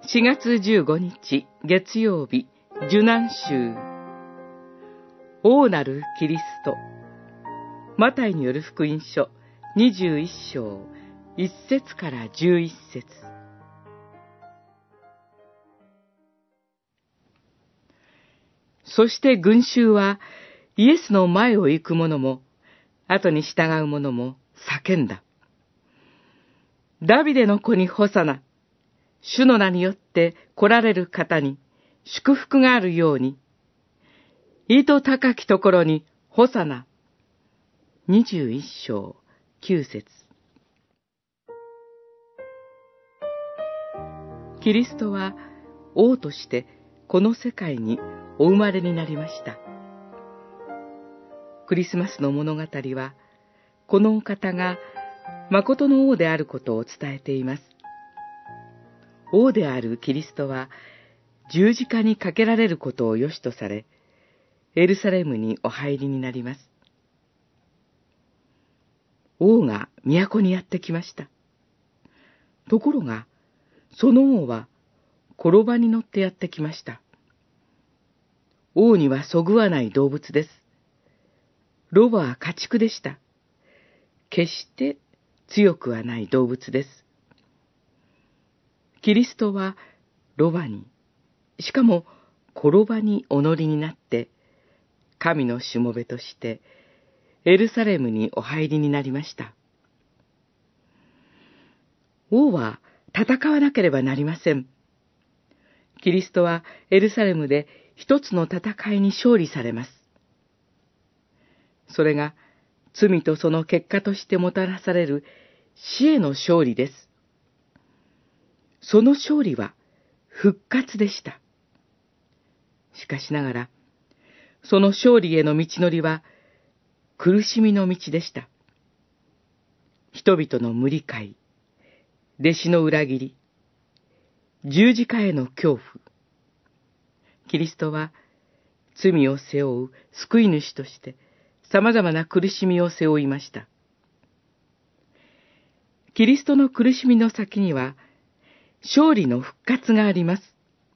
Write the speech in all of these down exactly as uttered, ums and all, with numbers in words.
しがつじゅうごにち月曜日、受難週。王なるキリスト。マタイによる福音書にじゅういっしょう、いっせつからじゅういっせつ。そして群衆はイエスの前を行く者も後に従う者も叫んだ。ダビデの子にホサナ。主の名によって来られる方に祝福があるように。糸高きところにホサナ。にじゅういっしょう、きゅうせつ。キリストは王としてこの世界にお生まれになりました。クリスマスの物語は、このお方が誠の王であることを伝えています。王であるキリストは十字架にかけられることを良しとされ、エルサレムにお入りになります。王が都にやってきました。ところが、その王は転ばに乗ってやってきました。王にはそぐわない動物です。ロバは家畜でした。決して強くはない動物です。キリストはロバに、しかも転ばにお乗りになって、神のしもべとしてエルサレムにお入りになりました。王は戦わなければなりません。キリストはエルサレムで一つの戦いに勝利されます。それが罪とその結果としてもたらされる死への勝利です。その勝利は復活でした。しかしながら、その勝利への道のりは苦しみの道でした。人々の無理解、弟子の裏切り、十字架への恐怖。キリストは罪を背負う救い主として様々な苦しみを背負いました。キリストの苦しみの先には勝利の復活があります。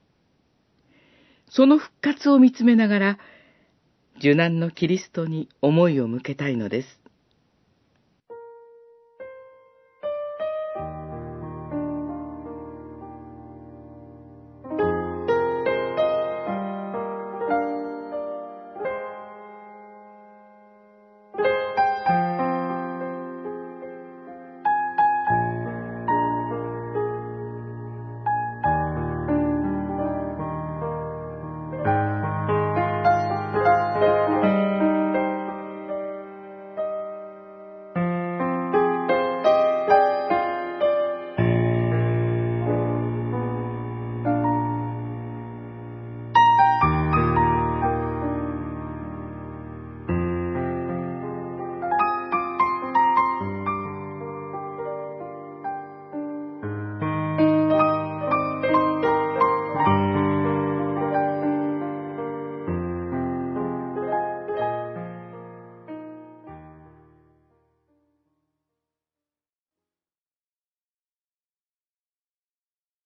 その復活を見つめながら、受難のキリストに思いを向けたいのです。